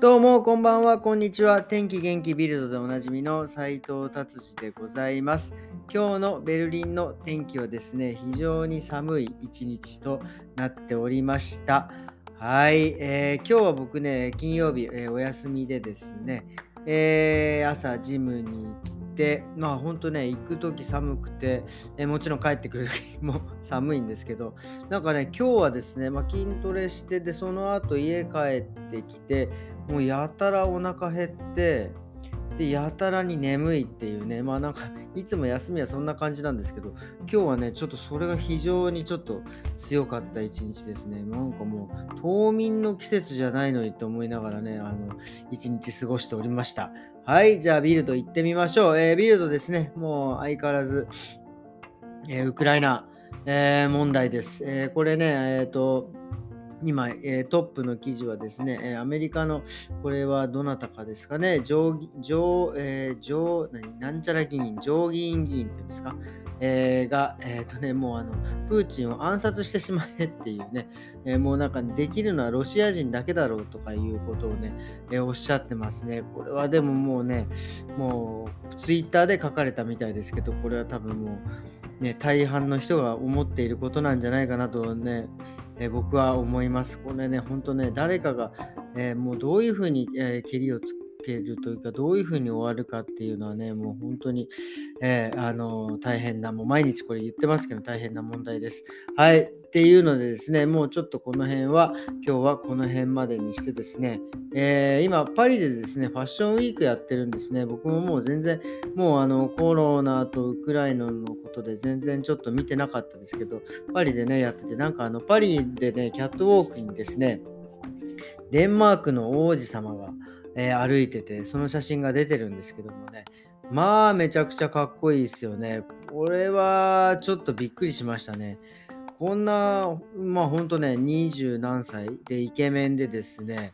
どうも、こんばんは、こんにちは。天気元気ビルドでおなじみの斉藤達治でございます。今日のベルリンの天気はですね、非常に寒い一日となっておりました。はい、今日は僕ね、金曜日、お休みでですね、朝ジムに行って、ほんとね、行く時寒くて、もちろん帰ってくる時も寒いんですけど、なんかね、今日はですね、筋トレして、で、その後家帰ってきて、もうやたらお腹減って、で、やたらに眠いっていうね、なんかいつも休みはそんな感じなんですけど、今日はね、ちょっとそれが非常にちょっと強かった一日ですね。なんかもう冬眠の季節じゃないのにと思いながらね、一日過ごしておりました。はい、じゃあビルド行ってみましょう。ビルドですね、もう相変わらず、ウクライナ、問題です。これね、今、トップの記事はですね、アメリカのこれはどなたかですかね、上議上上なんちゃら議員、上議院議員っていうんですか、が、もうプーチンを暗殺してしまえっていうね、もうなんかできるのはロシア人だけだろうとかいうことをね、おっしゃってますね。これはでももうね、もうツイッターで書かれたみたいですけど、これは多分もうね、大半の人が思っていることなんじゃないかなとね、僕は思います。これね、ほんとね、誰かが、もうどういう風に、けりをつけるというか、どういう風に終わるかっていうのはね、もうほんとに、大変な、もう毎日これ言ってますけど、大変な問題です。はい。っていうのでですね、もうちょっとこの辺は、今日はこの辺までにしてですね、今パリでですね、ファッションウィークやってるんですね。僕ももう全然、もうコロナとウクライナのことで全然ちょっと見てなかったですけど、パリでね、やってて、なんかパリでね、キャットウォークにですね、デンマークの王子様が、歩いてて、その写真が出てるんですけどもね、めちゃくちゃかっこいいですよね。これはちょっとびっくりしましたね。こんな、ほんとね、20何歳でイケメンでですね、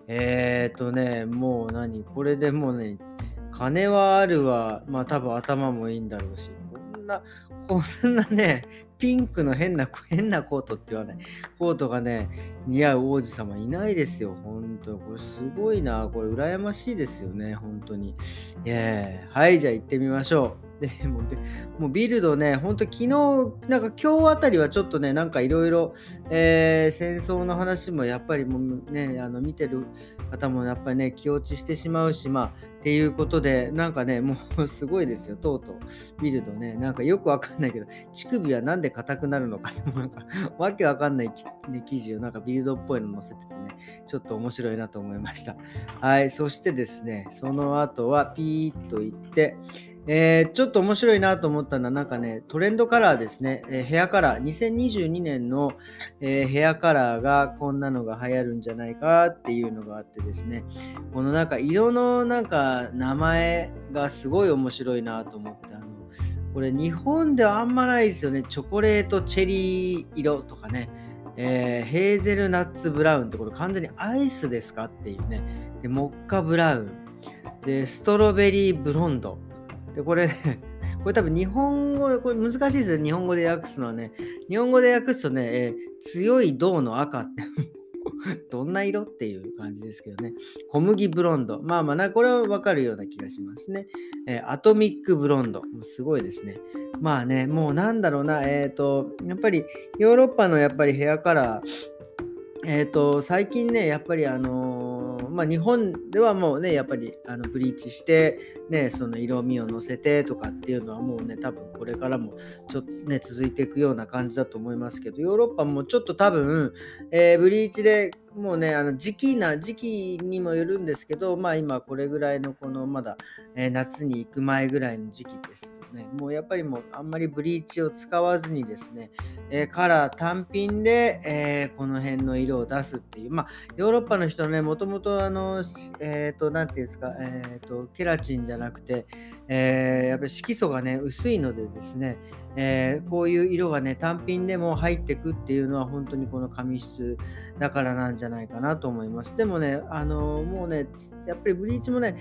もうこれでもうね、金はあるわ、多分頭もいいんだろうし、こんなね、ピンクの変なコートって言わない、コートがね、似合う王子様いないですよ、ほんと。これすごいな、これ羨ましいですよね、ほんとに。はい、じゃあ行ってみましょう。で、もうビルドね、ほんと昨日、なんか今日あたりはちょっとね、なんか色々、戦争の話もやっぱりもうね、見てる方もやっぱりね、気落ちしてしまうし、っていうことで、なんかね、もうすごいですよ、とうとうビルドね、なんかよくわかんないけど、乳首はなんで硬くなるのか、なんかわけわかんない記事をなんかビルドっぽいの載せててね、ちょっと面白いなと思いました。はい、そしてですね、その後はピーッと行って、ちょっと面白いなと思ったのは、なんかね、トレンドカラーですね、ヘアカラー、2022年の、ヘアカラーがこんなのが流行るんじゃないかっていうのがあってですね、このなんか色のなんか名前がすごい面白いなと思って、これ日本ではあんまないですよね。チョコレートチェリー色とかね、ヘーゼルナッツブラウンってこれ完全にアイスですかっていうね。で、モッカブラウン。で、ストロベリーブロンド。で、これね、これ多分日本語、これ難しいですよ、日本語で訳すのはね。日本語で訳すとね、強い銅の赤ってどんな色っていう感じですけどね。小麦ブロンド。これはわかるような気がしますね。アトミックブロンド。もうすごいですね。もうなんだろうな、やっぱりヨーロッパのやっぱりヘアカラー、最近ね、やっぱり日本ではもうね、やっぱりブリーチして、ね、その色味を乗せてとかっていうのはもうね、多分これからもちょっとね、続いていくような感じだと思いますけど、ヨーロッパもちょっと多分、ブリーチでもうね、時期にもよるんですけど、今これぐらいのこのまだ、夏に行く前ぐらいの時期ですとね、もうやっぱりもうあんまりブリーチを使わずにですね、カラー単品で、この辺の色を出すっていう、ヨーロッパの人はね、もともとなんていうんですか、ケラチンじゃなくて、やっぱり色素がね、薄いのでですね、こういう色がね、単品でも入ってくっていうのは本当にこの紙質だからなんじゃないかなと思います。でもね、もうね、やっぱりブリーチもね、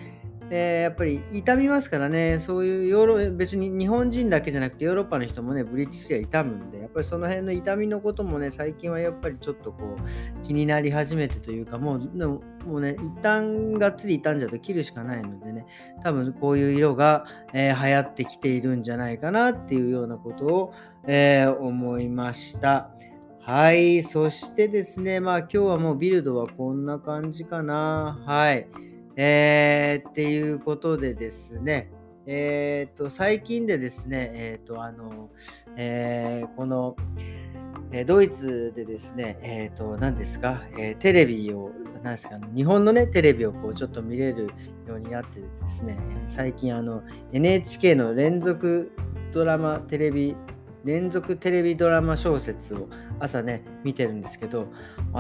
やっぱり傷みますからね、そういう別に日本人だけじゃなくてヨーロッパの人もね、ブリティッシュは傷むんで、やっぱりその辺の痛みのこともね、最近はやっぱりちょっとこう気になり始めてというか、もうね、一旦がっつり傷んじゃうと切るしかないのでね、多分こういう色が、流行ってきているんじゃないかなっていうようなことを、思いました。はい、そしてですね、今日はもうビルドはこんな感じかな。はい。っていうことでですね、最近でですね、この、ドイツでですね、何ですか、テレビを、何ですか、日本のね、テレビをこうちょっと見れるようになってですね、最近NHK の連続テレビドラマ小説を朝ね、見てるんですけど、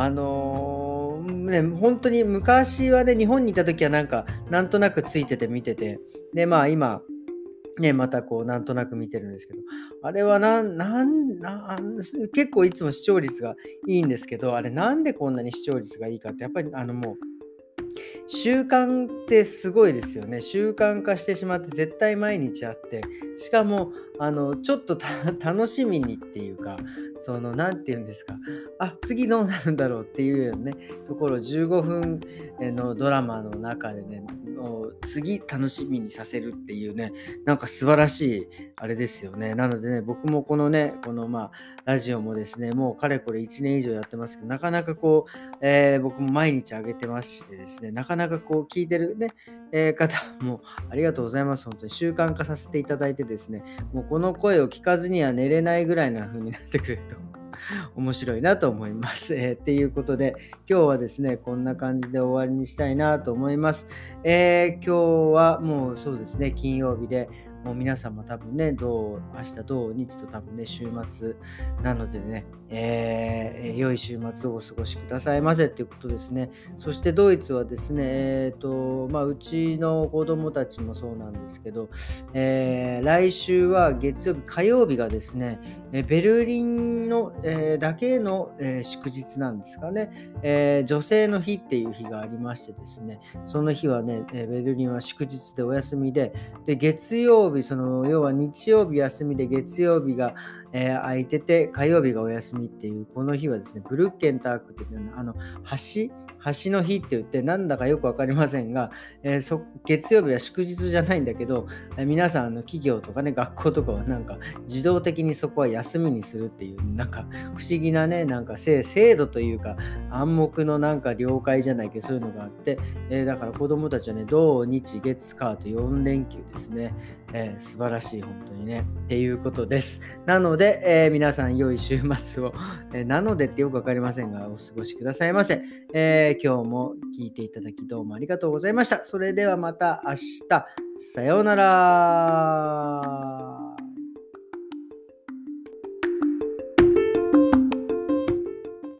本当に昔はね、日本にいた時はなんとなくついてて見てて、で、今、ね、またこうなんとなく見てるんですけど、あれは結構いつも視聴率がいいんですけど、あれなんでこんなに視聴率がいいかって、やっぱりもう習慣ってすごいですよね。習慣化してしまって絶対毎日あって、しかも、ちょっと楽しみにっていうか、なんて言うんですか、次どうなるんだろうっていうようなね、ところを15分のドラマの中でね、もう次楽しみにさせるっていうね、素晴らしいあれですよね。なのでね、僕もこのね、ラジオもですね、もうかれこれ1年以上やってますけど、なかなかこう、僕も毎日上げてましてですね、なかなかこう聞いてるね、方もありがとうございます。本当に習慣化させていただいてですね、もうこの声を聞かずには寝れないぐらいな風になってくれると面白いなと思います。っていうことで、今日はですね、こんな感じで終わりにしたいなと思います。今日はもうそうですね、金曜日で、もう皆さんも多分ね、明日、土日と多分ね、週末なのでね、良い週末をお過ごしくださいませということですね。そしてドイツはですね、うちの子供たちもそうなんですけど、来週は月曜日、火曜日がですね、ベルリンの、だけの、祝日なんですかね、女性の日っていう日がありましてですね、その日はね、ベルリンは祝日でお休みで、月曜日、要は日曜日休みで月曜日が、空いてて、火曜日がお休みっていう、この日はですね、ブルッケンタークっていうね、橋の日って言って、なんだかよくわかりませんが、月曜日は祝日じゃないんだけど、皆さん、企業とかね、学校とかは自動的にそこは休みにするっていう、不思議なね、制度というか、暗黙の了解じゃないけど、そういうのがあって、だから子供たちはね、土日月火と4連休ですね。素晴らしい、本当にね。っていうことです。なので、皆さん良い週末を、なのでってよくわかりませんが、お過ごしくださいませ。今日も聞いていただきどうもありがとうございました。それではまた明日。さようなら。